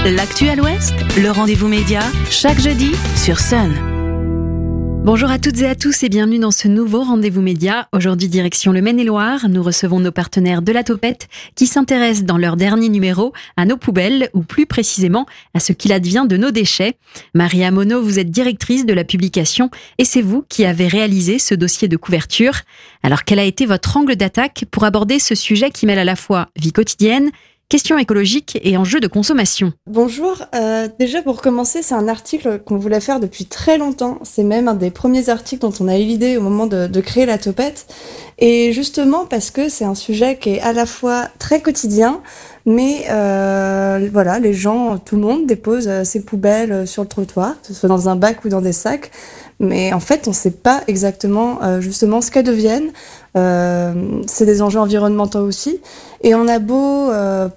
L'actu à l'Ouest, le rendez-vous média, chaque jeudi sur Sun. Bonjour à toutes et à tous et bienvenue dans ce nouveau rendez-vous média. Aujourd'hui, direction le Maine-et-Loire, nous recevons nos partenaires de la Topette qui s'intéressent dans leur dernier numéro à nos poubelles ou plus précisément à ce qu'il advient de nos déchets. Maria Monod, vous êtes directrice de la publication et c'est vous qui avez réalisé ce dossier de couverture. Alors, quel a été votre angle d'attaque pour aborder ce sujet qui mêle à la fois vie quotidienne, questions écologiques et enjeux de consommation? Bonjour, déjà pour commencer, c'est un article qu'on voulait faire depuis très longtemps. C'est même un des premiers articles dont on a eu l'idée au moment de créer la Topette. Et justement parce que c'est un sujet qui est à la fois très quotidien, mais voilà, les gens, tout le monde dépose ses poubelles sur le trottoir, que ce soit dans un bac ou dans des sacs. Mais en fait, on ne sait pas exactement justement ce qu'elles deviennent. C'est des enjeux environnementaux aussi. Et on a beau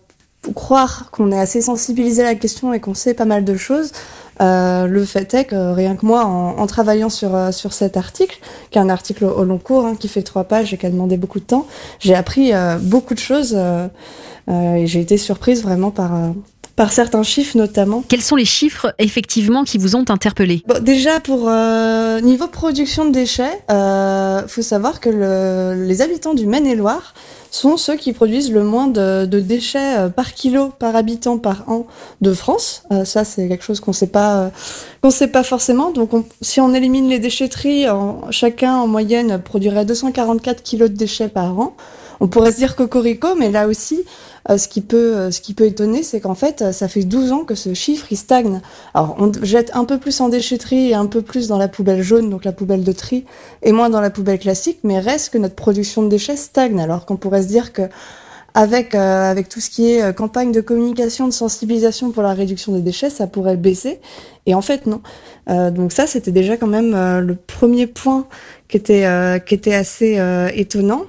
croire qu'on est assez sensibilisé à la question et qu'on sait pas mal de choses, le fait est que rien que moi, en travaillant sur cet article, qui est un article au long cours, qui fait 3 pages et qui a demandé beaucoup de temps, j'ai appris beaucoup de choses et j'ai été surprise vraiment par certains chiffres notamment. Quels sont les chiffres effectivement qui vous ont interpellé? Bon, déjà pour niveau production de déchets, faut savoir que les habitants du Maine-et-Loire sont ceux qui produisent le moins de déchets par kilo par habitant par an de France. Ça c'est quelque chose qu'on sait pas forcément. Donc si on élimine les déchetteries, chacun en moyenne produirait 244 kilos de déchets par an. On pourrait se dire cocorico, mais là aussi, ce qui peut étonner, c'est qu'en fait, ça fait 12 ans que ce chiffre, il stagne. Alors, on jette un peu plus en déchetterie et un peu plus dans la poubelle jaune, donc la poubelle de tri, et moins dans la poubelle classique, mais reste que notre production de déchets stagne. Alors qu'on pourrait se dire que avec tout ce qui est campagne de communication, de sensibilisation pour la réduction des déchets, ça pourrait baisser. Et en fait, non. Donc ça, c'était déjà quand même le premier point qui était assez étonnant.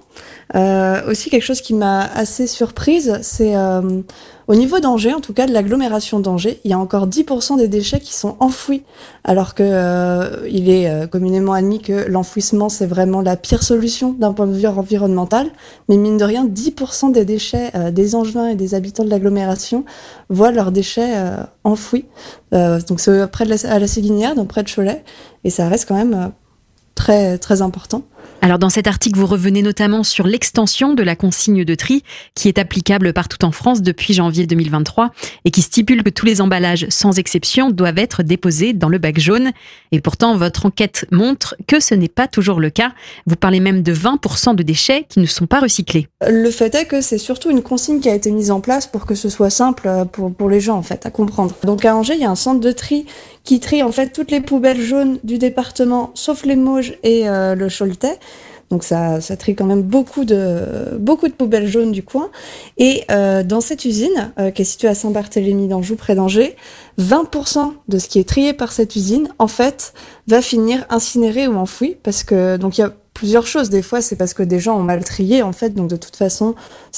Aussi quelque chose qui m'a assez surprise, c'est au niveau d'Angers, en tout cas de l'agglomération d'Angers, il y a encore 10% des déchets qui sont enfouis, alors que il est communément admis que l'enfouissement c'est vraiment la pire solution d'un point de vue environnemental, mais mine de rien 10% des déchets des Angevins et des habitants de l'agglomération voient leurs déchets enfouis. Donc c'est près à la Séguinière, donc près de Cholet, et ça reste quand même très très important. Alors dans cet article, vous revenez notamment sur l'extension de la consigne de tri qui est applicable partout en France depuis janvier 2023 et qui stipule que tous les emballages, sans exception, doivent être déposés dans le bac jaune. Et pourtant, votre enquête montre que ce n'est pas toujours le cas. Vous parlez même de 20% de déchets qui ne sont pas recyclés. Le fait est que c'est surtout une consigne qui a été mise en place pour que ce soit simple pour les gens en fait à comprendre. Donc à Angers, il y a un centre de tri qui trie en fait toutes les poubelles jaunes du département, sauf les Mauges et le Choletais. Donc ça trie quand même beaucoup de poubelles jaunes du coin. Et dans cette usine, qui est située à Saint-Barthélemy d'Anjou, près d'Angers, 20% de ce qui est trié par cette usine, en fait, va finir incinéré ou enfoui, parce que donc il y a plusieurs choses. Des fois, c'est parce que des gens ont mal trié, en fait, donc de toute façon,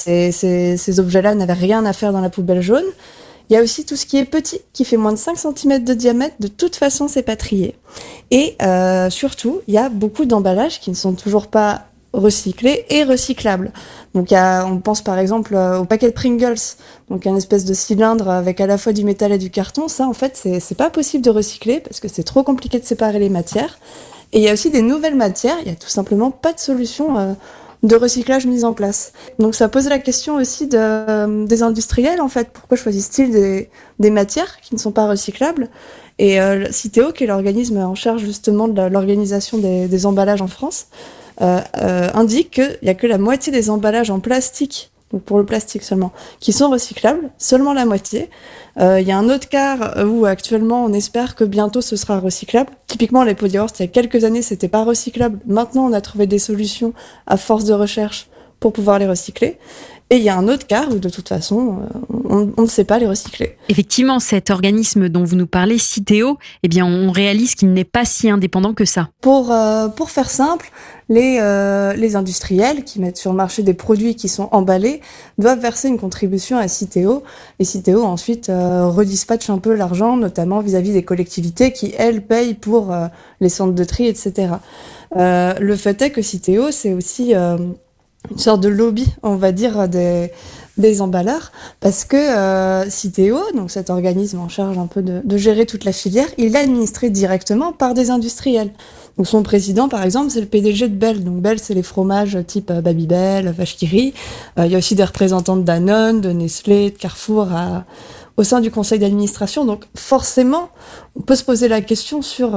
ces objets-là n'avaient rien à faire dans la poubelle jaune. Il y a aussi tout ce qui est petit, qui fait moins de 5 cm de diamètre. De toute façon, c'est pas trié. Et surtout, il y a beaucoup d'emballages qui ne sont toujours pas recyclés et recyclables. Donc, on pense par exemple au paquet de Pringles, donc un espèce de cylindre avec à la fois du métal et du carton. Ça, en fait, c'est pas possible de recycler parce que c'est trop compliqué de séparer les matières. Et il y a aussi des nouvelles matières. Il y a tout simplement pas de solution de recyclage mise en place. Donc ça pose la question aussi des industriels en fait. Pourquoi choisissent-ils des matières qui ne sont pas recyclables? Et Citeo, qui est l'organisme en charge justement de l'organisation des emballages en France, indique qu'il n'y a que la moitié des emballages en plastique, donc pour le plastique seulement, qui sont recyclables, seulement la moitié. Il y a un autre quart où actuellement on espère que bientôt ce sera recyclable. Typiquement les pots de yaourt, il y a quelques années c'était pas recyclable. Maintenant on a trouvé des solutions à force de recherche pour pouvoir les recycler. Et il y a un autre cas où de toute façon on ne sait pas les recycler. Effectivement, cet organisme dont vous nous parlez, Citeo, eh bien on réalise qu'il n'est pas si indépendant que ça. Pour faire simple, les industriels qui mettent sur le marché des produits qui sont emballés doivent verser une contribution à Citeo. Et Citeo ensuite redispatche un peu l'argent, notamment vis-à-vis des collectivités qui, elles, payent pour les centres de tri, etc. Le fait est que Citeo, c'est aussi une sorte de lobby, on va dire, des emballeurs, parce que Citeo, donc cet organisme en charge un peu de gérer toute la filière, il est administré directement par des industriels. Donc son président, par exemple, c'est le PDG de Bell. Donc Bell, c'est les fromages type Babybel, Vache qui rit. Il y a aussi des représentants de Danone, de Nestlé, de Carrefour au sein du conseil d'administration. Donc forcément, on peut se poser la question sur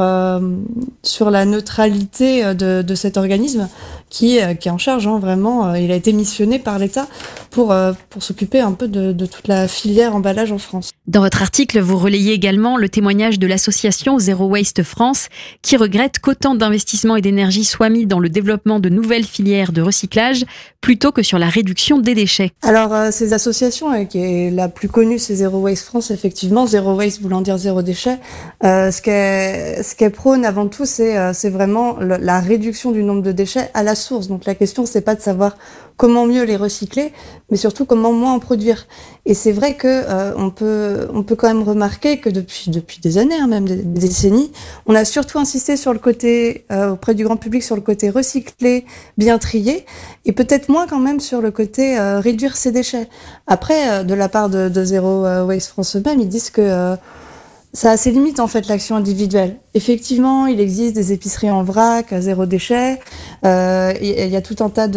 la neutralité de cet organisme qui est en charge, vraiment. Il a été missionné par l'État pour s'occuper un peu de toute la filière emballage en France. Dans votre article, vous relayez également le témoignage de l'association Zero Waste France qui regrette qu'autant d'investissements et d'énergie soient mis dans le développement de nouvelles filières de recyclage plutôt que sur la réduction des déchets. Alors, ces associations, qui est la plus connue, c'est Zero Waste France, effectivement. Zero Waste voulant dire zéro déchet. Ce qu'elle prône avant tout, c'est vraiment la réduction du nombre de déchets à la source. Donc la question, c'est pas de savoir comment mieux les recycler, mais surtout comment moins en produire. Et c'est vrai que on peut quand même remarquer que depuis des années, même des décennies, on a surtout insisté sur le côté auprès du grand public sur le côté recycler, bien trier, et peut-être moins quand même sur le côté réduire ses déchets. Après, de la part de Zero Waste France eux-mêmes, ils disent que ça a ses limites, en fait, l'action individuelle. Effectivement, il existe des épiceries en vrac, à zéro déchet. Il y a tout un tas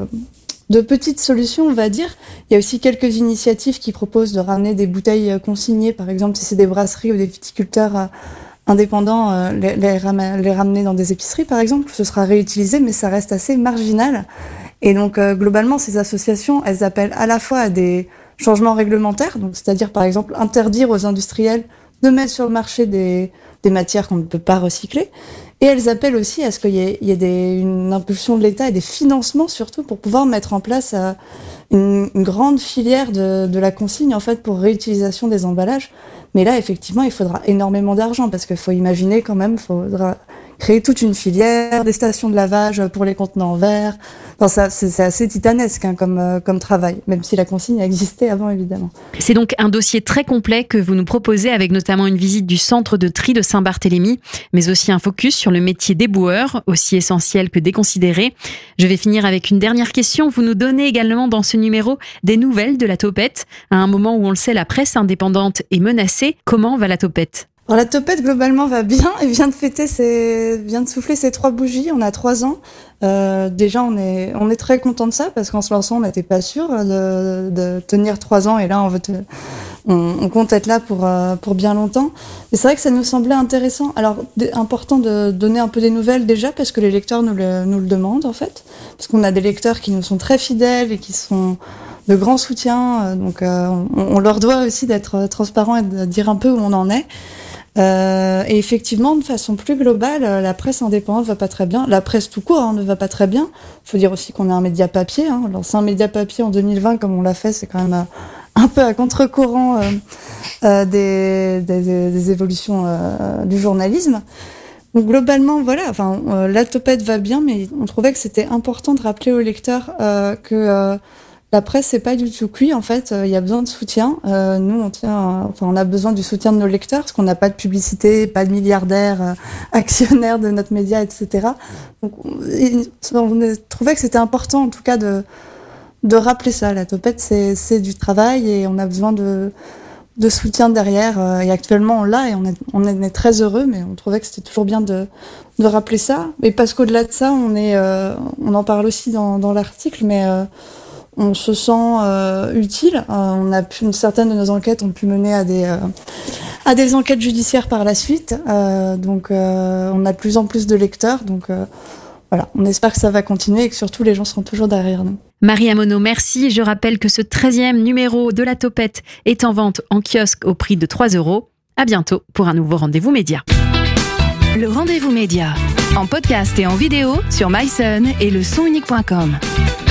de petites solutions, on va dire. Il y a aussi quelques initiatives qui proposent de ramener des bouteilles consignées. Par exemple, si c'est des brasseries ou des viticulteurs indépendants, les ramener dans des épiceries, par exemple. Ce sera réutilisé, mais ça reste assez marginal. Et donc, globalement, ces associations, elles appellent à la fois à des changements réglementaires, donc c'est-à-dire, par exemple, interdire aux industriels de mettre sur le marché des matières qu'on ne peut pas recycler. Et elles appellent aussi à ce qu'il y ait une impulsion de l'État et des financements surtout pour pouvoir mettre en place une grande filière de la consigne en fait pour réutilisation des emballages. Mais là, effectivement, il faudra énormément d'argent parce qu'il faut imaginer quand même, il faudra créer toute une filière, des stations de lavage pour les contenants en verre. Enfin, c'est assez titanesque comme travail, même si la consigne a existé avant, évidemment. C'est donc un dossier très complet que vous nous proposez avec notamment une visite du centre de tri de Saint-Barthélemy, mais aussi un focus sur le métier d'éboueur, aussi essentiel que déconsidéré. Je vais finir avec une dernière question. Vous nous donnez également dans ce numéro des nouvelles de la Topette, à un moment où on le sait, la presse indépendante est menacée. Comment va la Topette ? Alors la Topette globalement va bien et vient de souffler ses 3 bougies. On a 3 ans. Déjà on est très content de ça parce qu'en se lançant on n'était pas sûr de tenir 3 ans et là on compte être là pour bien longtemps. Et c'est vrai que ça nous semblait intéressant. Alors important de donner un peu des nouvelles déjà parce que les lecteurs nous le demandent en fait, parce qu'on a des lecteurs qui nous sont très fidèles et qui sont de grands soutiens. Donc on leur doit aussi d'être transparent et de dire un peu où on en est. Et effectivement, de façon plus globale, la presse indépendante va pas très bien. La presse tout court ne va pas très bien. Il faut dire aussi qu'on est un média papier. Lancer un média papier en 2020 comme on l'a fait, c'est quand même un peu à contre-courant des évolutions du journalisme. Donc globalement, voilà. Enfin, la Topette va bien, mais on trouvait que c'était important de rappeler aux lecteurs que la presse, c'est pas du tout cuit, en fait. Il y a besoin de soutien. Nous, on a besoin du soutien de nos lecteurs, parce qu'on n'a pas de publicité, pas de milliardaires, actionnaires de notre média, etc. Donc, on trouvait que c'était important, en tout cas, de rappeler ça. La Topette, c'est du travail et on a besoin de soutien derrière. Et actuellement, on l'a et on est très heureux, mais on trouvait que c'était toujours bien de rappeler ça. Et parce qu'au-delà de ça, on en parle aussi dans l'article, mais on se sent utile. Certaines de nos enquêtes ont pu mener à des enquêtes judiciaires par la suite. Donc, on a de plus en plus de lecteurs. Donc, voilà, on espère que ça va continuer et que surtout les gens seront toujours derrière nous. Marie Amonneau, merci. Je rappelle que ce 13e numéro de la Topette est en vente en kiosque au prix de 3 €. À bientôt pour un nouveau Rendez-vous Média. Le Rendez-vous Média, en podcast et en vidéo sur myson et le sonunique.com.